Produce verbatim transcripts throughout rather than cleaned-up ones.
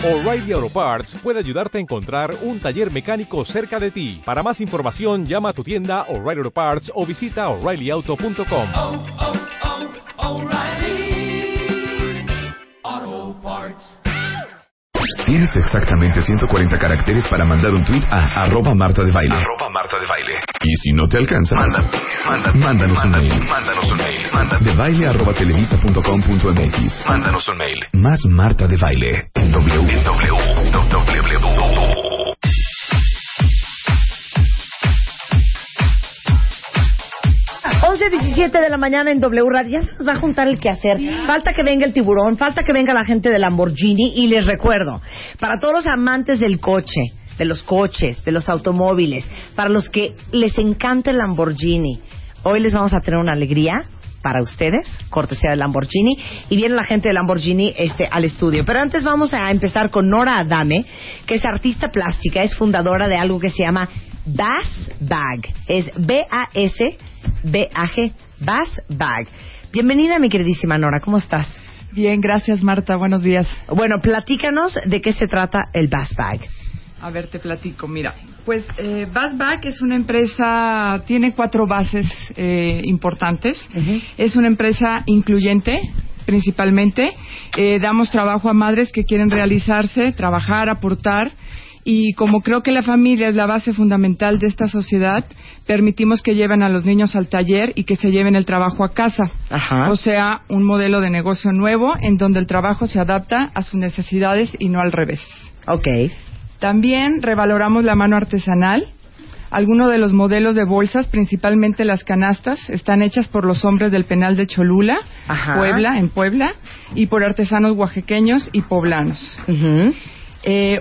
O'Reilly Auto Parts puede ayudarte a encontrar un taller mecánico cerca de ti. Para más información, llama a tu tienda O'Reilly Auto Parts o visita O'Reilly Auto punto com. Oh, oh, oh, O'Reilly Auto Parts. Tienes exactamente ciento cuarenta caracteres para mandar un tweet a arroba Marta de Baile. Arroba Marta de Baile. Y si no te alcanza, manda, manda, mándanos un mail. Mándanos un mail. Manda de baile arroba televisa punto com punto mx. Mándanos un mail. Más Marta de Baile en W. En W. W. once diecisiete de la mañana en W Radio. Ya se nos va a juntar el quehacer. Falta que venga el tiburón, falta que venga la gente de Lamborghini. Y les recuerdo, para todos los amantes del coche, de los coches, de los automóviles, para los que les encanta el Lamborghini, hoy les vamos a tener una alegría para ustedes, cortesía de Lamborghini, y viene la gente de Lamborghini este, al estudio. Pero antes vamos a empezar con Nora Adame, que es artista plástica, es fundadora de algo que se llama Bass Bag. Es B A S B A G, Bass Bag. Bienvenida, mi queridísima Nora, ¿cómo estás? Bien, gracias, Marta, buenos días. Bueno, platícanos de qué se trata el Bass Bag. A ver, te platico, mira. Pues eh, Bass Bag es una empresa, tiene cuatro bases eh, importantes. Uh-huh. Es una empresa incluyente, principalmente. Eh, damos trabajo a madres que quieren realizarse, trabajar, aportar. Y como creo que la familia es la base fundamental de esta sociedad, permitimos que lleven a los niños al taller y que se lleven el trabajo a casa. Ajá. O sea, un modelo de negocio nuevo en donde el trabajo se adapta a sus necesidades y no al revés. Ok. También revaloramos la mano artesanal. Algunos de los modelos de bolsas, principalmente las canastas, están hechas por los hombres del Penal de Cholula, Ajá. Puebla, en Puebla, y por artesanos oaxaqueños y poblanos. Uh-huh. Eh,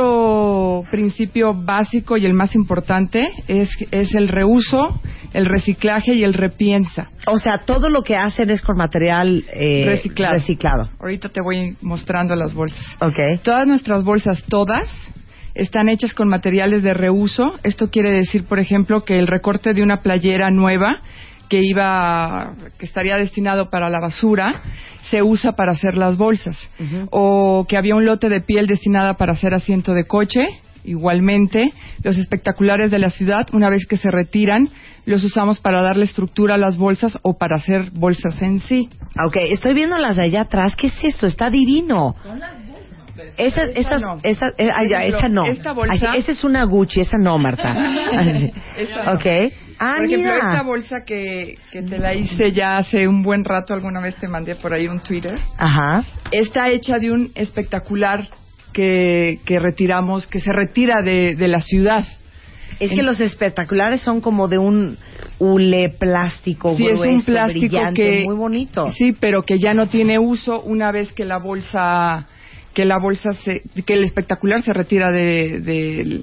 otro principio básico y el más importante es, es el reuso, el reciclaje y el repiensa. O sea, todo lo que hacen es con material eh, reciclado. reciclado. Ahorita te voy mostrando las bolsas. Okay. Todas nuestras bolsas, todas, están hechas con materiales de reuso. Esto quiere decir, por ejemplo, que el recorte de una playera nueva que iba, que estaría destinado para la basura, se usa para hacer las bolsas. Uh-huh. O que había un lote de piel destinada para hacer asiento de coche. Igualmente, los espectaculares de la ciudad, una vez que se retiran, los usamos para darle estructura a las bolsas o para hacer bolsas en sí. Ok, estoy viendo las de allá atrás. ¿Qué es eso? Está divino. Esa, esa, esa, no. esa, eh, ay, ya, esa no. Esta bolsa... Ay, esa es una Gucci, esa no, Marta. Esa no. Ok. Ah, por ejemplo, mira. esta bolsa que, que te la hice ya hace un buen rato, alguna vez te mandé por ahí un Twitter. Ajá. Está hecha de un espectacular que, que retiramos, que se retira de, de la ciudad. Es en... que los espectaculares son como de un hule plástico sí, grueso, es un plástico brillante, que, muy bonito. Sí, pero que ya no tiene uso una vez que la bolsa, que la bolsa se, que el espectacular se retira de, de,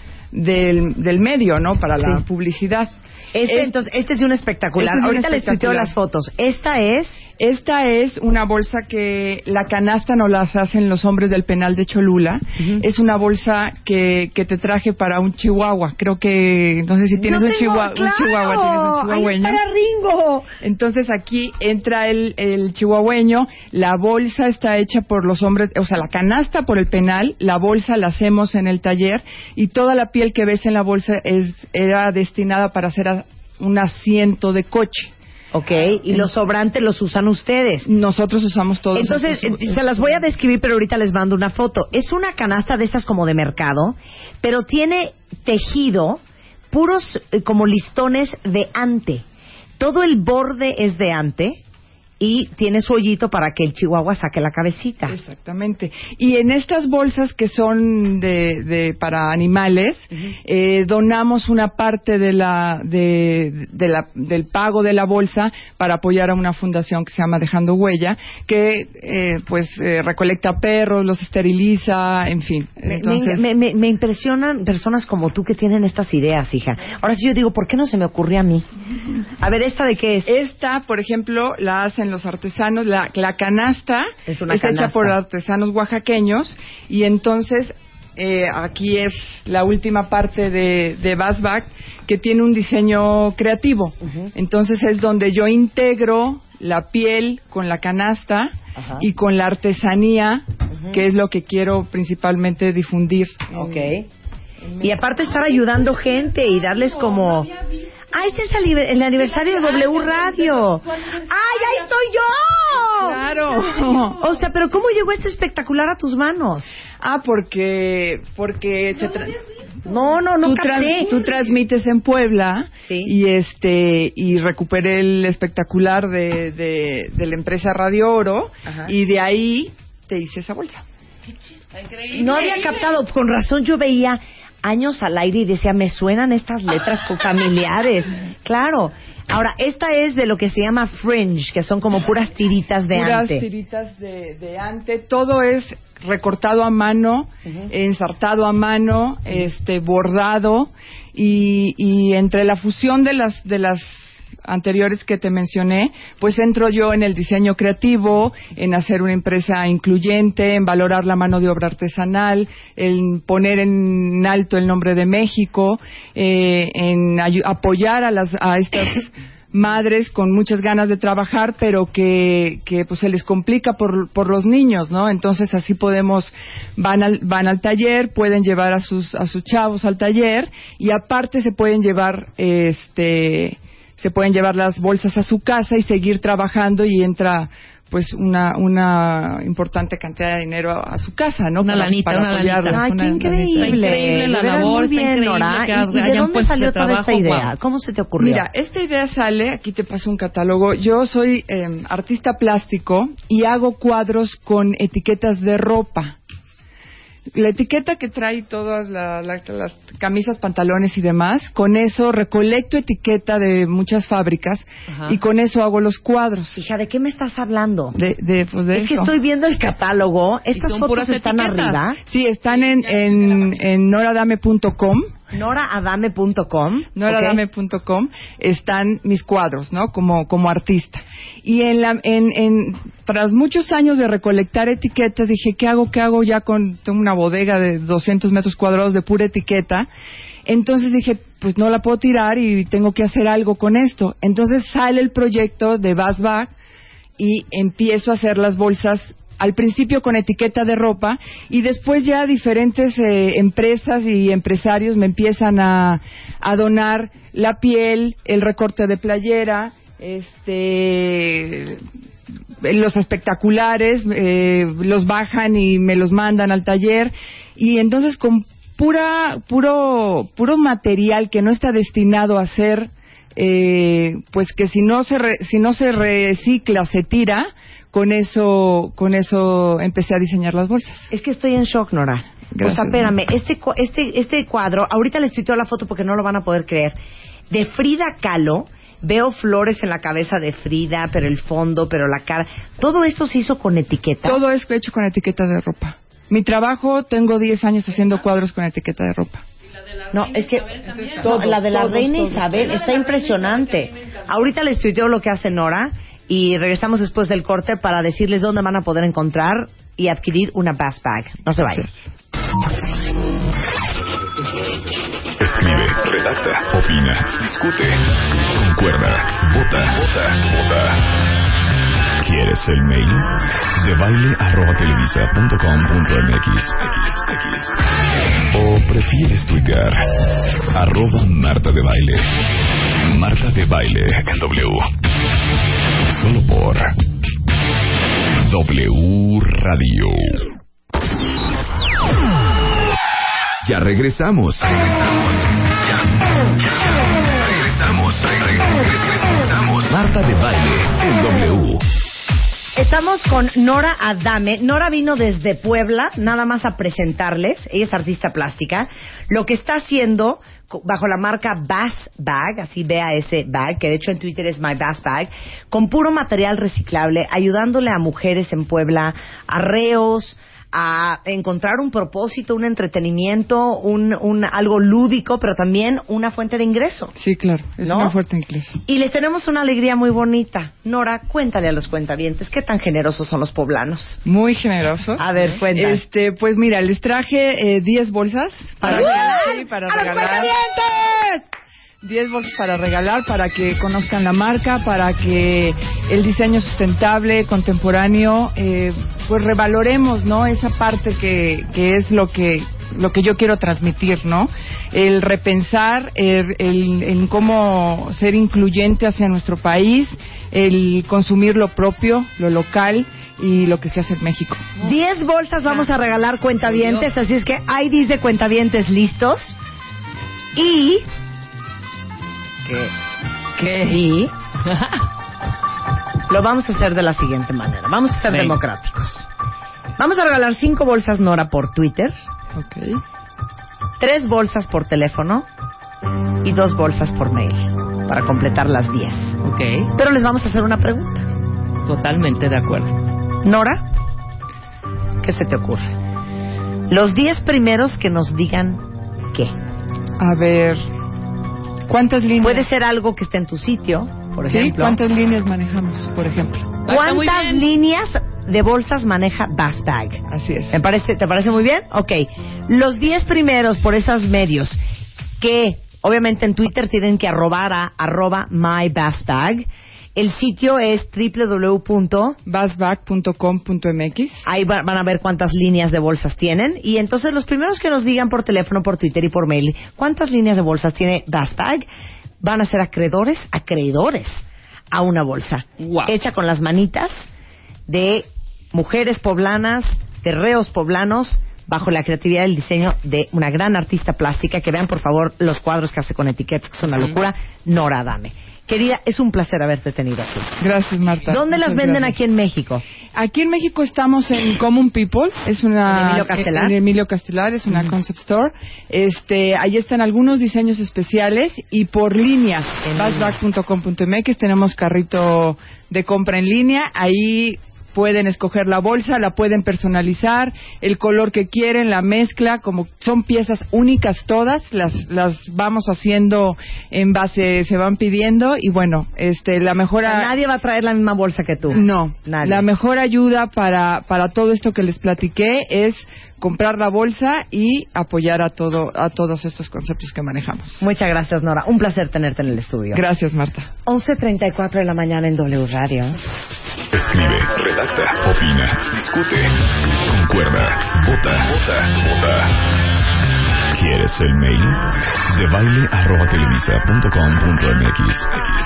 del, del medio, ¿no? Para la sí. publicidad. Este, es, entonces, este es de un espectacular. Este es Ahorita un les tuiteo las fotos. Esta es... Esta es una bolsa que la canasta no las hacen los hombres del Penal de Cholula. Uh-huh. Es una bolsa que, que te traje para un chihuahua. Creo que, no sé si tienes Yo un, tengo, chihuahua, claro. un chihuahua, tienes un chihuahueño. Ahí está Ringo. Entonces aquí entra el, el chihuahueño. La bolsa está hecha por los hombres, o sea, la canasta por el Penal, la bolsa la hacemos en el taller y toda la piel que ves en la bolsa es era destinada para hacer a, un asiento de coche. Ok, y los sobrantes los usan ustedes. Nosotros usamos todos. Entonces, estos, estos se las voy a describir, pero ahorita les mando una foto. Es una canasta de estas como de mercado, pero tiene tejido, puros eh, como listones de ante. Todo el borde es de ante y tiene su hoyito para que el chihuahua saque la cabecita. Exactamente. Y en estas bolsas que son de, de para animales, uh-huh. eh, donamos una parte de la, de, de la del pago de la bolsa para apoyar a una fundación que se llama Dejando Huella, que eh, pues eh, recolecta perros, los esteriliza, en fin. Entonces, me, me, me, me impresionan personas como tú que tienen estas ideas, hija. Ahora sí yo digo, ¿por qué no se me ocurrió a mí? A ver, ¿esta de qué es? Esta, por ejemplo, la hacen los artesanos, la, la canasta es una está canasta. hecha por artesanos oaxaqueños y entonces eh, aquí es la última parte de, de Bass Bag que tiene un diseño creativo. Uh-huh. Entonces es donde yo integro la piel con la canasta. Ajá. Y con la artesanía uh-huh. que es lo que quiero principalmente difundir. Ok. En, y aparte estar ayudando gente y darles como... ¡Ah, este es el aniversario de W Radio! ¡Ay, ahí estoy yo! ¡Claro! O sea, pero ¿cómo llegó este espectacular a tus manos? Ah, porque... porque se tra- No, no, no tú, capté. tra- tú transmites en Puebla sí. y este y recuperé el espectacular de, de, de la empresa Radio Oro. Ajá. Y de ahí te hice esa bolsa. Increíble. No había captado, con razón yo veía años al aire y decía, me suenan estas letras familiares. Claro. Ahora, esta es de lo que se llama fringe, que son como puras tiritas de puras ante. Puras tiritas de, de ante. Todo es recortado a mano, uh-huh. ensartado a mano, uh-huh. este bordado y, y entre la fusión de las de las anteriores que te mencioné, pues entro yo en el diseño creativo, en hacer una empresa incluyente, en valorar la mano de obra artesanal, en poner en alto el nombre de México, eh, en ay- apoyar a las a estas madres con muchas ganas de trabajar, pero que, que pues se les complica por, por los niños, ¿no? Entonces así podemos, van al, van al taller, pueden llevar a sus, a sus chavos al taller y aparte se pueden llevar, este, se pueden llevar las bolsas a su casa y seguir trabajando y entra pues una una importante cantidad de dinero a, a su casa, ¿no? Una para, lanita, para una apoyarla. lanita. Ay, qué increíble. Está increíble la labor, muy bien, está increíble Nora. que ¿Y, y de hayan dónde puesto salió de toda trabajo, esta idea? wow. ¿Cómo se te ocurrió? Mira, esta idea sale, aquí te paso un catálogo. Yo soy eh, artista plástico y hago cuadros con etiquetas de ropa. La etiqueta que trae todas la, la, las camisas, pantalones y demás, con eso recolecto etiqueta de muchas fábricas. Ajá. Y con eso hago los cuadros. Hija, ¿de qué me estás hablando? De, de, pues de es eso. que estoy viendo el catálogo. ¿Estas fotos están etiquetas? Arriba? Sí, están en, en, en noradame punto com. noradame punto com. noradame punto com okay. Están mis cuadros, ¿no? Como como artista. Y en la en, en tras muchos años de recolectar etiquetas dije, ¿qué hago? ¿Qué hago ya con tengo una bodega de doscientos metros cuadrados de pura etiqueta? Entonces dije, pues no la puedo tirar y tengo que hacer algo con esto. Entonces sale el proyecto de Bass Bag y empiezo a hacer las bolsas al principio con etiqueta de ropa y después ya diferentes eh, empresas y empresarios me empiezan a, a donar la piel, el recorte de playera, este, los espectaculares, eh, los bajan y me los mandan al taller y entonces con pura puro puro material que no está destinado a ser eh, pues que si no se re, si no se recicla se tira. Con eso, con eso empecé a diseñar las bolsas. Es que estoy en shock, Nora. Gracias. O sea, espérame, este, este, este cuadro, ahorita les tuiteo la foto porque no lo van a poder creer. De Frida Kahlo, veo flores en la cabeza de Frida, pero el fondo, pero la cara. ¿Todo esto se hizo con etiqueta? Todo es hecho con etiqueta de ropa. Mi trabajo, tengo diez años haciendo cuadros con etiqueta de ropa. No, es que todo, la de la todos, reina todos. Isabel está impresionante. Ahorita les tuiteo lo que hace Nora. Y regresamos después del corte para decirles dónde van a poder encontrar y adquirir una Bass Bag. No se vayan. Escribe, redacta, opina, discute, concuerda, vota, vota, vota. ¿Quieres el mail? De baile arroba televisa punto com punto mx. ¿O prefieres tuitear? Arroba Marta de Baile. Marta de Baile en W. Solo por W Radio. Ya regresamos. Regresamos. Ya, ya. Regresamos. Regresamos. Marta de Baile en W. Estamos con Nora Adame. Nora vino desde Puebla, nada más a presentarles. Ella es artista plástica. Lo que está haciendo bajo la marca Bass Bag, así B A S Bag, que de hecho en Twitter es My Bass Bag, con puro material reciclable, ayudándole a mujeres en Puebla, a reos, a encontrar un propósito, un entretenimiento, un, un algo lúdico, pero también una fuente de ingreso. Sí, claro, es ¿no? Una fuente de ingreso. Y les tenemos una alegría muy bonita. Nora, cuéntale a los cuentavientes, ¿qué tan generosos son los poblanos? Muy generosos. A ver, cuéntame. Este, pues mira, les traje eh, diez bolsas para regalar. Sí, para ¡A regalar. los cuentavientes! diez bolsas para regalar, para que conozcan la marca, para que el diseño sustentable, contemporáneo, eh, pues revaloremos, ¿no? Esa parte que, que es lo que lo que yo quiero transmitir, ¿no? El repensar el, el, en cómo ser incluyente hacia nuestro país, el consumir lo propio, lo local y lo que se hace en México. diez bolsas vamos a regalar cuentavientes, así es que I Ds de cuentavientes listos. Y... ¿Qué? ¿Qué? Y... lo vamos a hacer de la siguiente manera. Vamos a ser Ven. democráticos. Vamos a regalar cinco bolsas Nora por Twitter, Okay. tres bolsas por teléfono y dos bolsas por mail para completar las diez. Ok, Pero les vamos a hacer una pregunta. totalmente de acuerdo. Nora, ¿qué se te ocurre? Los diez primeros que nos digan qué. A ver, ¿cuántas líneas? Puede ser algo que esté en tu sitio, por ¿Sí? ejemplo. ¿Cuántas líneas manejamos, por ejemplo? Está muy ¿Cuántas bien. líneas de bolsas maneja Bass Bag? Así es. ¿Te parece, ¿Te parece muy bien? Ok. Los diez primeros por esos medios que, obviamente, en Twitter tienen que arrobar a arroba mybassbag. El sitio es doble u doble u doble u punto bassbag punto com punto m x. ahí va- van a ver cuántas líneas de bolsas tienen. Y entonces los primeros que nos digan por teléfono, por Twitter y por mail cuántas líneas de bolsas tiene Bass Bag van a ser acreedores, acreedores a una bolsa. Wow. Hecha con las manitas de mujeres poblanas, de reos poblanos, bajo la creatividad del diseño de una gran artista plástica. Que vean, por favor, los cuadros que hace con etiquetas, que son una locura. Nora Adame. Querida, es un placer haberte tenido aquí. Gracias, Marta. ¿Dónde las Muchas venden gracias. aquí en México? Aquí en México estamos en Common People, es una ¿En Emilio Castelar? en Emilio Castelar, es una concept store. Este, ahí están algunos diseños especiales y por línea, En bassbag punto com punto m x tenemos carrito de compra en línea, ahí pueden escoger la bolsa, la pueden personalizar, el color que quieren, la mezcla, como son piezas únicas todas, las las vamos haciendo en base, se van pidiendo y bueno, este la O mejora sea, nadie va a traer la misma bolsa que tú. no, Nadie. la mejor ayuda para, para todo esto que les platiqué es comprar la bolsa y apoyar a todo a todos estos conceptos que manejamos. Muchas gracias, Nora. Un placer tenerte en el estudio. Gracias, Marta. once treinta y cuatro de la mañana en W Radio. Escribe, redacta, opina, discute, concuerda, vota, vota, vota. ¿Quieres el mail? De baile arroba televisa punto com punto m x.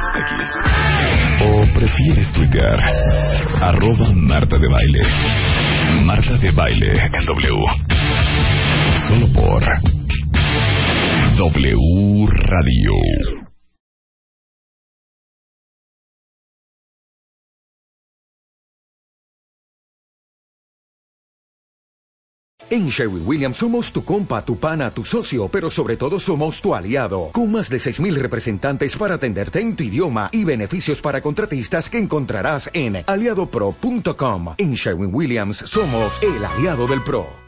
¿O prefieres tuitear? Arroba Marta de Baile. Marta de Baile en W. Solo por W Radio. En Sherwin-Williams somos tu compa, tu pana, tu socio, pero sobre todo somos tu aliado. Con más de seis mil representantes para atenderte en tu idioma y beneficios para contratistas que encontrarás en aliado pro punto com. En Sherwin-Williams somos el aliado del pro.